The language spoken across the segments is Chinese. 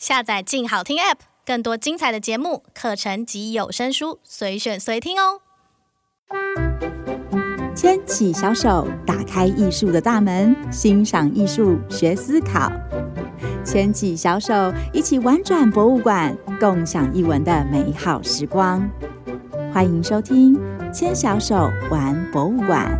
下载静好听 App， 更多精彩的节目、课程及有声书，随选随听哦。 牵起小手，打开艺术的大门，欣赏艺术，学思考。牵起小手，一起玩转博物馆，共享艺文的美好时光。欢迎收听《牵小手玩博物馆》。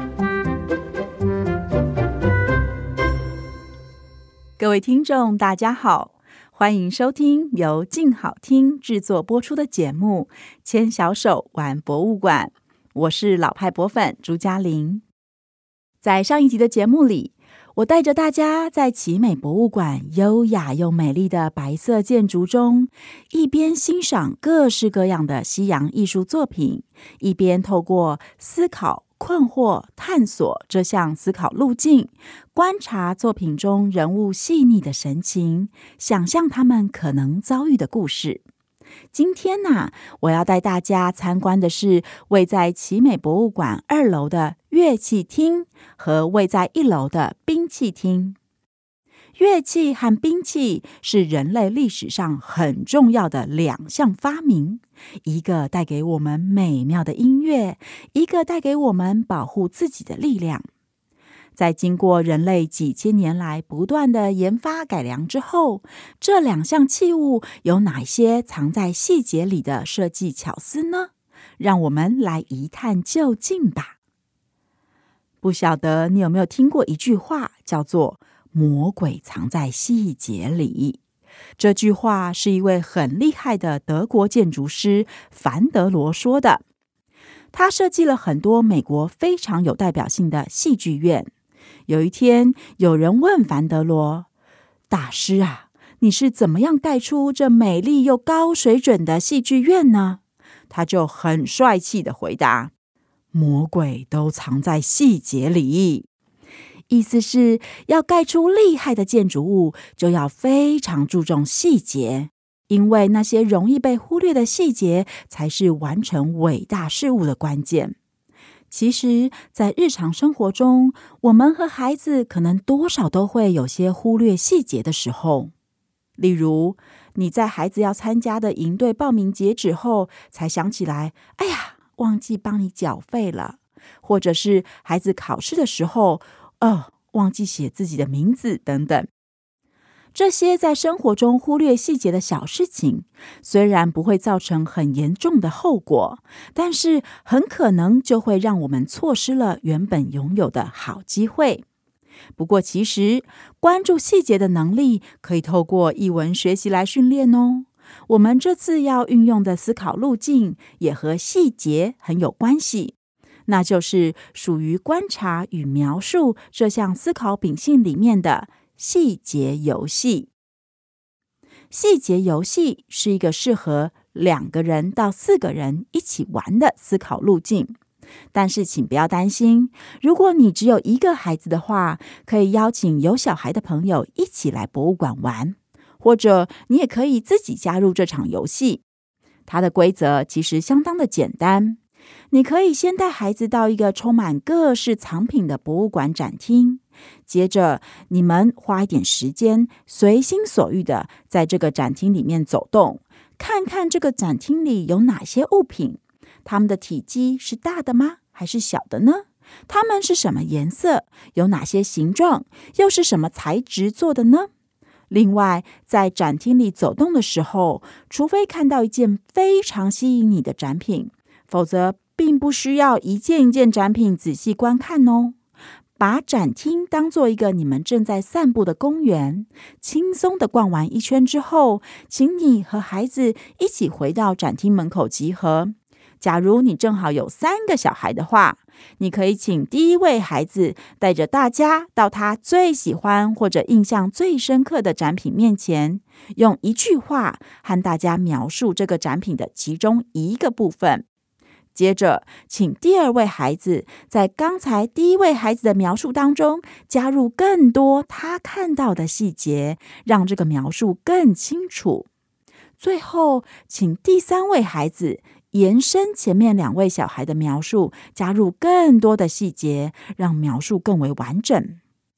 各位听众，大家好，欢迎收听由静好听制作播出的节目《牵小手玩博物馆》。我是老派博粉朱嘉玲。在上一集的节目里，我带着大家在奇美博物馆优雅又美丽的白色建筑中，一边欣赏各式各样的西洋艺术作品，一边透过思考、困惑、探索这项思考路径，观察作品中人物细腻的神情，想象他们可能遭遇的故事。今天我要带大家参观的是位在奇美博物馆2楼的乐器厅和位在1楼的兵器厅。乐器和兵器是人类历史上很重要的2项发明，一个带给我们美妙的音乐，一个带给我们保护自己的力量。在经过人类几千年来不断的研发改良之后，这2项器物有哪些藏在细节里的设计巧思呢？让我们来一探究竟吧。不晓得你有没有听过一句话，叫做魔鬼藏在细节里。这句话是一位很厉害的德国建筑师凡德罗说的。他设计了很多美国非常有代表性的戏剧院。有一天，有人问凡德罗：大师啊，你是怎么样盖出这美丽又高水准的戏剧院呢？他就很帅气地回答：魔鬼都藏在细节里。意思是要盖出厉害的建筑物，就要非常注重细节，因为那些容易被忽略的细节才是完成伟大事物的关键。其实，在日常生活中，我们和孩子可能多少都会有些忽略细节的时候。例如，你在孩子要参加的营队报名截止后，才想起来，哎呀，忘记帮你缴费了。或者是孩子考试的时候，忘记写自己的名字等等。这些在生活中忽略细节的小事情，虽然不会造成很严重的后果，但是很可能就会让我们错失了原本拥有的好机会。不过其实，关注细节的能力可以透过艺文学习来训练哦。我们这次要运用的思考路径也和细节很有关系，那就是属于观察与描述这项思考秉性里面的细节游戏。细节游戏是一个适合2个人到4个人一起玩的思考路径。但是请不要担心，如果你只有1个孩子的话，可以邀请有小孩的朋友一起来博物馆玩，或者你也可以自己加入这场游戏。它的规则其实相当的简单。你可以先带孩子到一个充满各式藏品的博物馆展厅，接着你们花一点时间，随心所欲的在这个展厅里面走动，看看这个展厅里有哪些物品，它们的体积是大的吗？还是小的呢？它们是什么颜色？有哪些形状？又是什么材质做的呢？另外，在展厅里走动的时候，除非看到一件非常吸引你的展品，否则并不需要一件一件展品仔细观看哦。把展厅当作一个你们正在散步的公园，轻松的逛完一圈之后，请你和孩子一起回到展厅门口集合。假如你正好有3个小孩的话，你可以请第1位孩子带着大家到他最喜欢或者印象最深刻的展品面前，用1句话和大家描述这个展品的其中1个部分。接着，请第2位孩子在刚才第1位孩子的描述当中加入更多他看到的细节，让这个描述更清楚。最后，请第3位孩子延伸前面2位小孩的描述，加入更多的细节，让描述更为完整。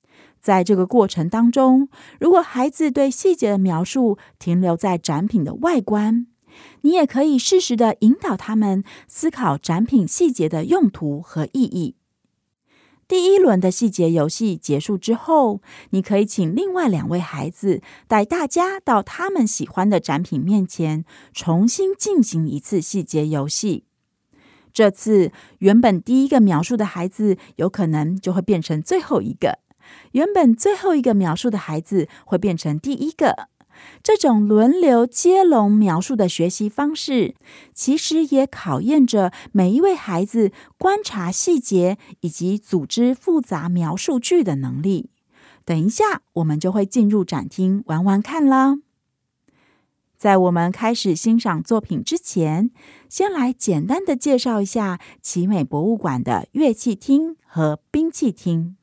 在这个过程当中，如果孩子对细节的描述停留在展品的外观，你也可以适时的引导他们思考展品细节的用途和意义。第一轮的细节游戏结束之后，你可以请另外2位孩子带大家到他们喜欢的展品面前，重新进行一次细节游戏。这次原本第一个描述的孩子有可能就会变成最后一个，原本最后一个描述的孩子会变成第一个。这种轮流接龙描述的学习方式，其实也考验着每一位孩子观察细节以及组织复杂描述句的能力。等一下，我们就会进入展厅玩玩看啦。在我们开始欣赏作品之前，先来简单的介绍一下奇美博物馆的乐器厅和兵器厅。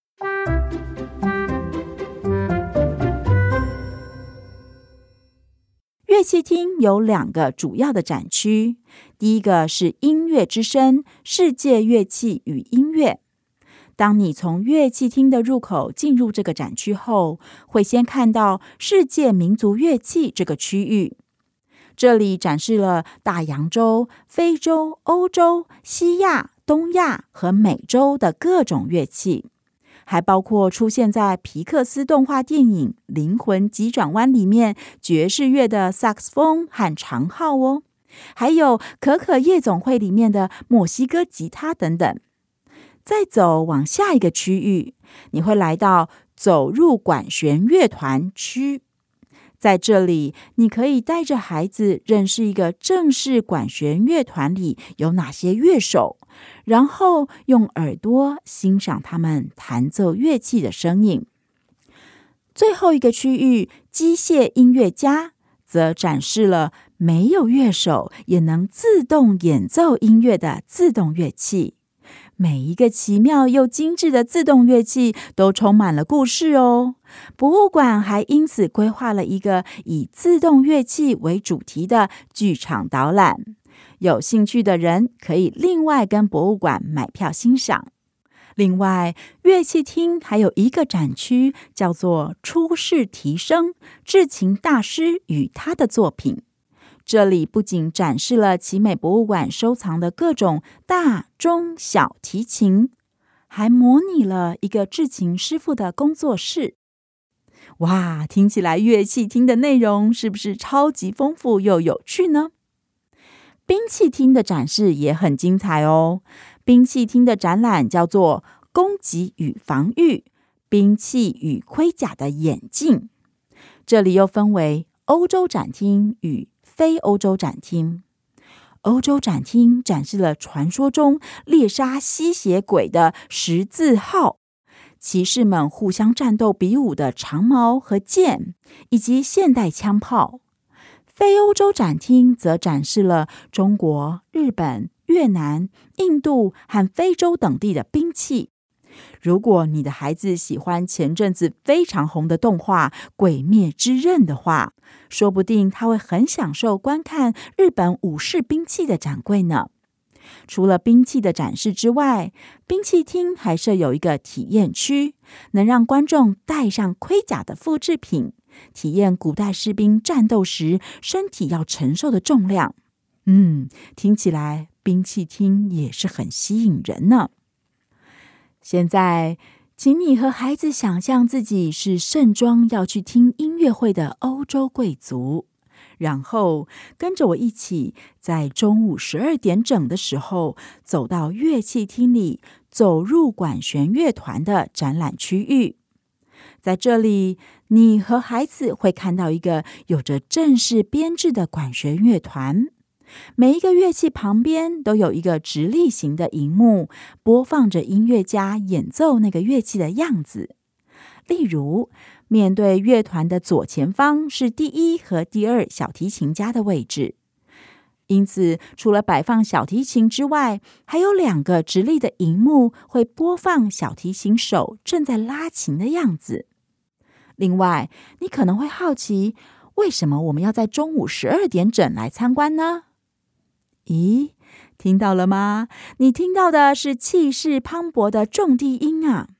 乐器厅有2个主要的展区，第一个是音乐之声，世界乐器与音乐。当你从乐器厅的入口进入这个展区后，会先看到世界民族乐器这个区域。这里展示了大洋洲、非洲、欧洲、西亚、东亚和美洲的各种乐器，还包括出现在皮克斯动画电影《灵魂急转弯》里面爵士乐的萨克斯风和长号哦，还有可可夜总会里面的墨西哥吉他等等。再走往下一个区域，你会来到走入管弦乐团区。在这里，你可以带着孩子认识一个正式管弦乐团里有哪些乐手，然后用耳朵欣赏他们弹奏乐器的声音。最后一个区域，机械音乐家，则展示了没有乐手也能自动演奏音乐的自动乐器。每一个奇妙又精致的自动乐器都充满了故事哦。博物馆还因此规划了一个以自动乐器为主题的剧场导览，有兴趣的人可以另外跟博物馆买票欣赏。另外，乐器厅还有一个展区叫做出世提升，制琴大师与他的作品。这里不仅展示了奇美博物馆收藏的各种大、中、小提琴，还模拟了一个制琴师傅的工作室。哇，听起来乐器厅的内容是不是超级丰富又有趣呢？兵器厅的展示也很精彩哦。兵器厅的展览叫做攻击与防御，兵器与盔甲的演进。这里又分为欧洲展厅与非欧洲展厅。欧洲展厅展示了传说中猎杀吸血鬼的十字号，骑士们互相战斗比武的长矛和剑，以及现代枪炮。非欧洲展厅则展示了中国、日本、越南、印度和非洲等地的兵器。如果你的孩子喜欢前阵子非常红的动画《鬼灭之刃》的话，说不定他会很享受观看日本武士兵器的展柜呢。除了兵器的展示之外，兵器厅还设有一个体验区，能让观众戴上盔甲的复制品，体验古代士兵战斗时身体要承受的重量。听起来兵器厅也是很吸引人呢。现在，请你和孩子想象自己是盛装要去听音乐会的欧洲贵族，然后跟着我一起在中午12点整的时候走到乐器厅里，走入管弦乐团的展览区域。在这里，你和孩子会看到一个有着正式编制的管弦乐团。每一个乐器旁边都有一个直立型的萤幕，播放着音乐家演奏那个乐器的样子。例如，面对乐团的左前方是第1和第2小提琴家的位置。因此，除了摆放小提琴之外，还有2个直立的萤幕会播放小提琴手正在拉琴的样子。另外，你可能会好奇，为什么我们要在中午12点整来参观呢？咦，听到了吗？你听到的是气势磅礴的重低音啊！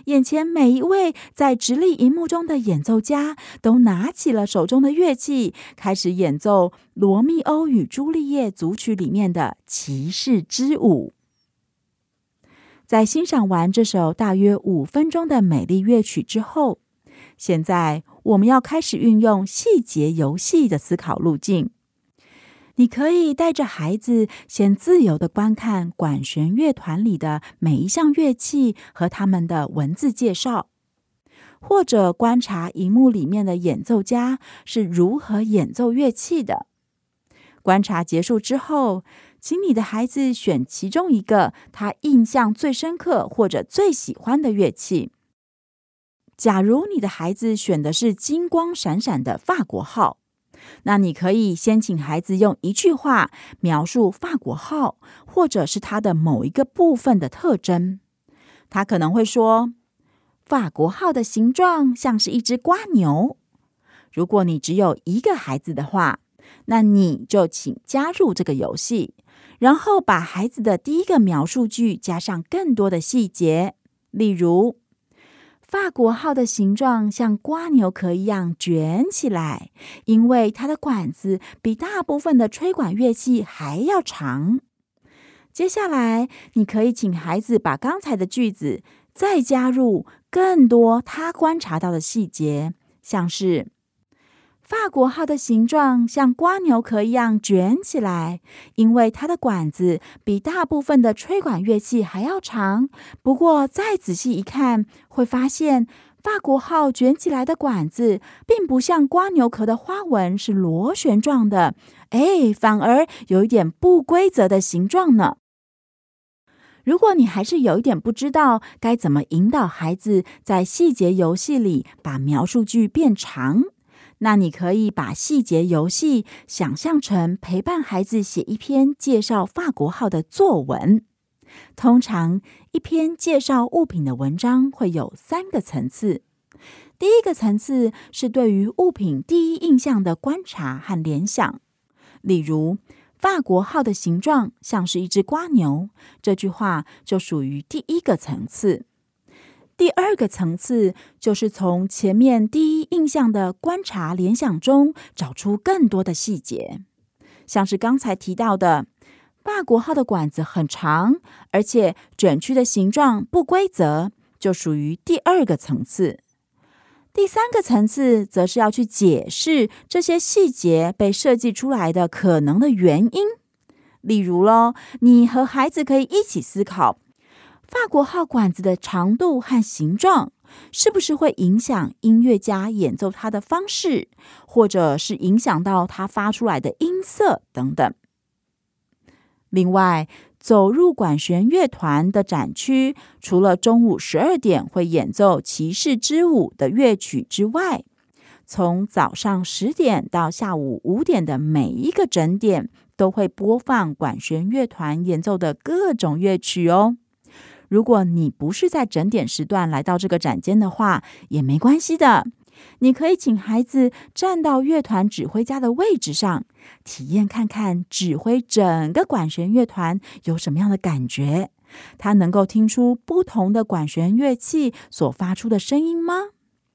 眼前每一位在直立荧幕中的演奏家都拿起了手中的乐器，开始演奏《罗密欧与朱丽叶》组曲里面的骑士之舞。在欣赏完这首大约5分钟的美丽乐曲之后，现在我们要开始运用细节游戏的思考路径。你可以带着孩子先自由地观看管弦乐团里的每一项乐器和他们的文字介绍，或者观察荧幕里面的演奏家是如何演奏乐器的。观察结束之后，请你的孩子选其中一个他印象最深刻或者最喜欢的乐器。假如你的孩子选的是金光闪闪的法国号，那你可以先请孩子用一句话描述法国号，或者是它的某一个部分的特征。他可能会说，法国号的形状像是一只蝸牛。如果你只有一个孩子的话，那你就请加入这个游戏，然后把孩子的第一个描述句加上更多的细节，例如法国号的形状像蝸牛壳一样卷起来，因为它的管子比大部分的吹管乐器还要长。接下来，你可以请孩子把刚才的句子再加入更多他观察到的细节，像是法国号的形状像蝸牛壳一样卷起来，因为它的管子比大部分的吹管乐器还要长。不过再仔细一看，会发现法国号卷起来的管子并不像蝸牛壳的花纹是螺旋状的，反而有一点不规则的形状呢。如果你还是有一点不知道该怎么引导孩子在细节游戏里把描述句变长，那你可以把细节游戏想象成陪伴孩子写一篇介绍法国号的作文。通常一篇介绍物品的文章会有3个层次。第一个层次是对于物品第一印象的观察和联想，例如法国号的形状像是一只蝸牛，这句话就属于第一个层次。第二个层次就是从前面第一印象的观察联想中找出更多的细节，像是刚才提到的法国号的管子很长，而且卷曲的形状不规则，就属于第二个层次。第3个层次则是要去解释这些细节被设计出来的可能的原因。例如咯，你和孩子可以一起思考，法国号管子的长度和形状是不是会影响音乐家演奏它的方式，或者是影响到它发出来的音色等等。另外，走入管弦乐团的展区，除了中午12点会演奏《骑士之舞》的乐曲之外，从早上10点到下午5点的每一个整点都会播放管弦乐团演奏的各种乐曲哦。如果你不是在整点时段来到这个展间的话，也没关系的。你可以请孩子站到乐团指挥家的位置上，体验看看指挥整个管弦乐团有什么样的感觉。他能够听出不同的管弦乐器所发出的声音吗？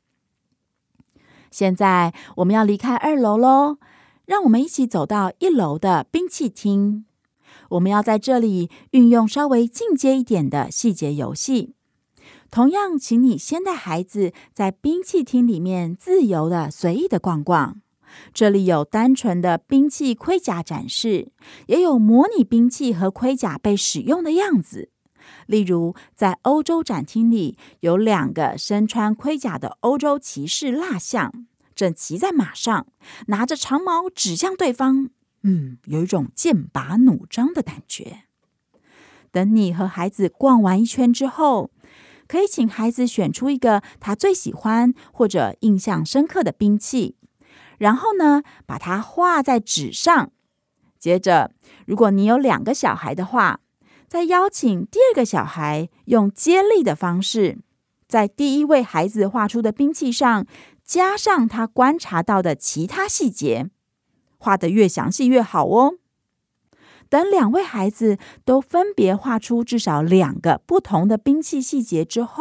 现在我们要离开2楼咯，让我们一起走到1楼的兵器厅。我们要在这里运用稍微进阶一点的细节游戏。同样，请你先带孩子在兵器厅里面自由的随意的逛逛。这里有单纯的兵器盔甲展示，也有模拟兵器和盔甲被使用的样子。例如，在欧洲展厅里有2个身穿盔甲的欧洲骑士蜡像，正骑在马上，拿着长矛指向对方。有一种剑拔弩张的感觉。等你和孩子逛完一圈之后，可以请孩子选出一个他最喜欢或者印象深刻的兵器，然后呢，把它画在纸上。接着，如果你有2个小孩的话，再邀请第2个小孩用接力的方式，在第1位孩子画出的兵器上加上他观察到的其他细节，画得越详细越好哦。等2位孩子都分别画出至少2个不同的兵器细节之后，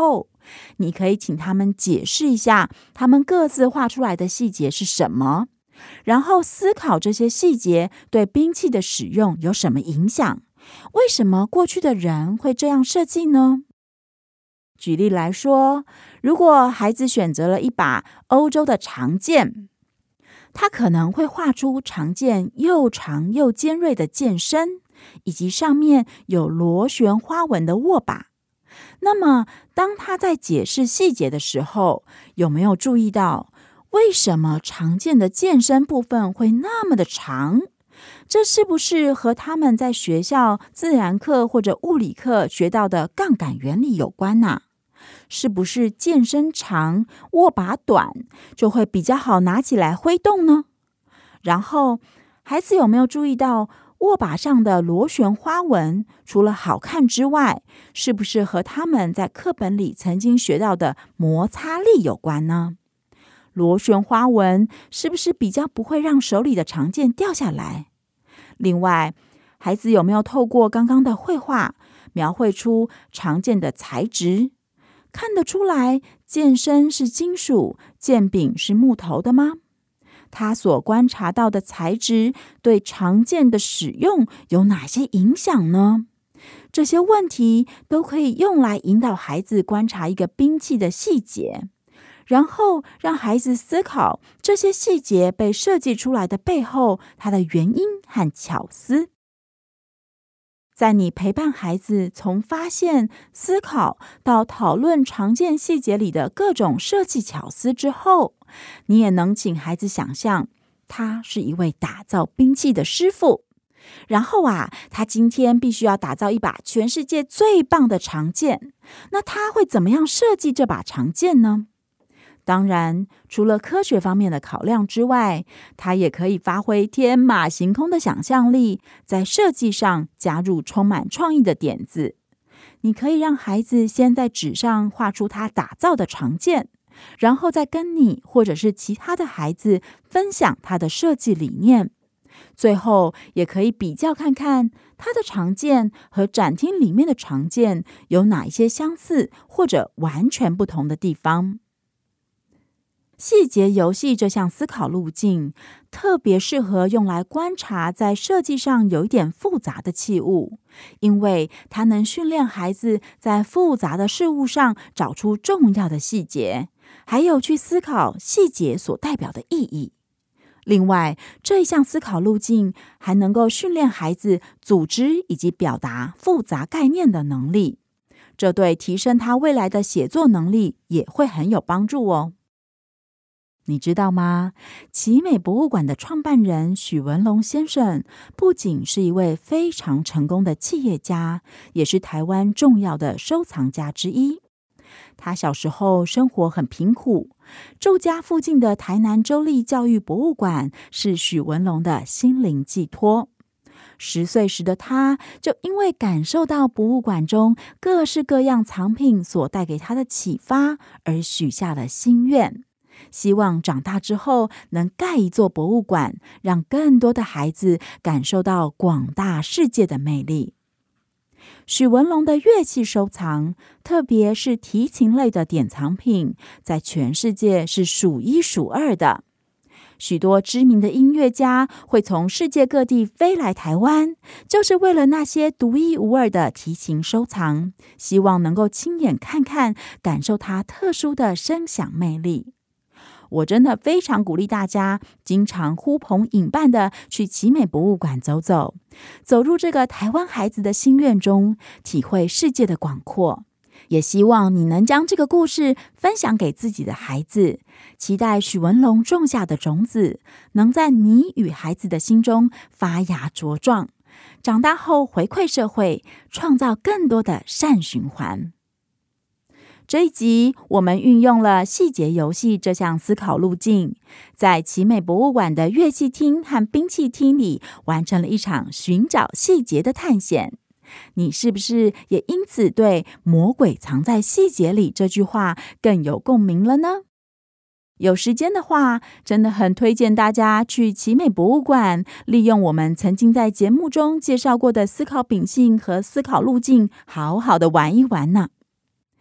你可以请他们解释一下他们各自画出来的细节是什么，然后思考这些细节对兵器的使用有什么影响，为什么过去的人会这样设计呢？举例来说，如果孩子选择了一把欧洲的长剑，他可能会画出长剑又长又尖锐的剑身，以及上面有螺旋花纹的握把。那么，当他在解释细节的时候，有没有注意到为什么长剑的剑身部分会那么的长？这是不是和他们在学校自然课或者物理课学到的杠杆原理有关呢？是不是剑身长，握把短，就会比较好拿起来挥动呢？然后，孩子有没有注意到握把上的螺旋花纹，除了好看之外，是不是和他们在课本里曾经学到的摩擦力有关呢？螺旋花纹是不是比较不会让手里的长剑掉下来？另外，孩子有没有透过刚刚的绘画，描绘出长剑的材质？看得出来剑身是金属，剑柄是木头的吗？他所观察到的材质对长剑的使用有哪些影响呢？这些问题都可以用来引导孩子观察一个兵器的细节，然后让孩子思考这些细节被设计出来的背后，它的原因和巧思。在你陪伴孩子从发现、思考到讨论常见细节里的各种设计巧思之后，你也能请孩子想象，他是一位打造兵器的师傅。然后他今天必须要打造一把全世界最棒的长剑。那他会怎么样设计这把长剑呢？当然，除了科学方面的考量之外，他也可以发挥天马行空的想象力，在设计上加入充满创意的点子。你可以让孩子先在纸上画出他打造的长剑，然后再跟你或者是其他的孩子分享他的设计理念。最后，也可以比较看看他的长剑和展厅里面的长剑有哪一些相似或者完全不同的地方。细节游戏这项思考路径特别适合用来观察在设计上有一点复杂的器物，因为它能训练孩子在复杂的事物上找出重要的细节，还有去思考细节所代表的意义。另外，这一项思考路径还能够训练孩子组织以及表达复杂概念的能力，这对提升他未来的写作能力也会很有帮助哦。你知道吗？奇美博物馆的创办人许文龙先生不仅是一位非常成功的企业家，也是台湾重要的收藏家之一。他小时候生活很贫苦，住家附近的台南州立教育博物馆是许文龙的心灵寄托。10岁时的他，就因为感受到博物馆中各式各样藏品所带给他的启发，而许下了心愿。希望长大之后能盖一座博物馆，让更多的孩子感受到广大世界的魅力。许文龙的乐器收藏，特别是提琴类的典藏品，在全世界是数一数二的。许多知名的音乐家会从世界各地飞来台湾，就是为了那些独一无二的提琴收藏，希望能够亲眼看看，感受它特殊的声响魅力。我真的非常鼓励大家经常呼朋引伴的去奇美博物馆走走，走入这个台湾孩子的心愿中，体会世界的广阔。也希望你能将这个故事分享给自己的孩子，期待许文龙种下的种子能在你与孩子的心中发芽茁壮，长大后回馈社会，创造更多的善循环。这一集我们运用了细节游戏这项思考路径，在奇美博物馆的乐器厅和兵器厅里完成了一场寻找细节的探险。你是不是也因此对魔鬼藏在细节里这句话更有共鸣了呢？有时间的话，真的很推荐大家去奇美博物馆，利用我们曾经在节目中介绍过的思考秉性和思考路径，好好的玩一玩呢。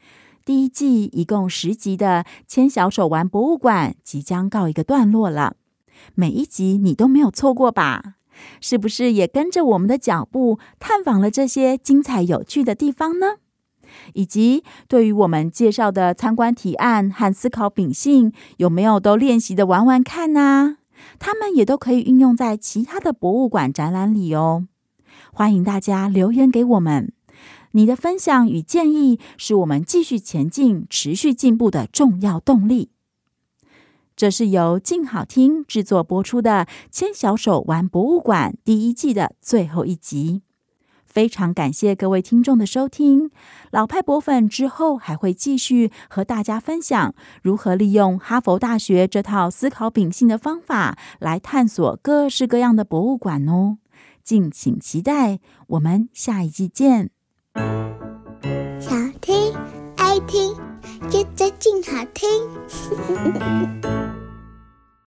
第一季一共10集的牵小手玩博物馆即将告一个段落了。每一集你都没有错过吧？是不是也跟着我们的脚步探访了这些精彩有趣的地方呢？以及对于我们介绍的参观提案和思考秉性，有没有都练习的玩玩看呢？他们也都可以运用在其他的博物馆展览里哦。欢迎大家留言给我们，你的分享与建议是我们继续前进、持续进步的重要动力。这是由静好听制作播出的《牵小手玩博物馆》第1季的最后一集。非常感谢各位听众的收听，老派博粉之后还会继续和大家分享如何利用哈佛大学这套思考秉性的方法来探索各式各样的博物馆哦。敬请期待，我们下一季见。 想听爱听，就在静好听。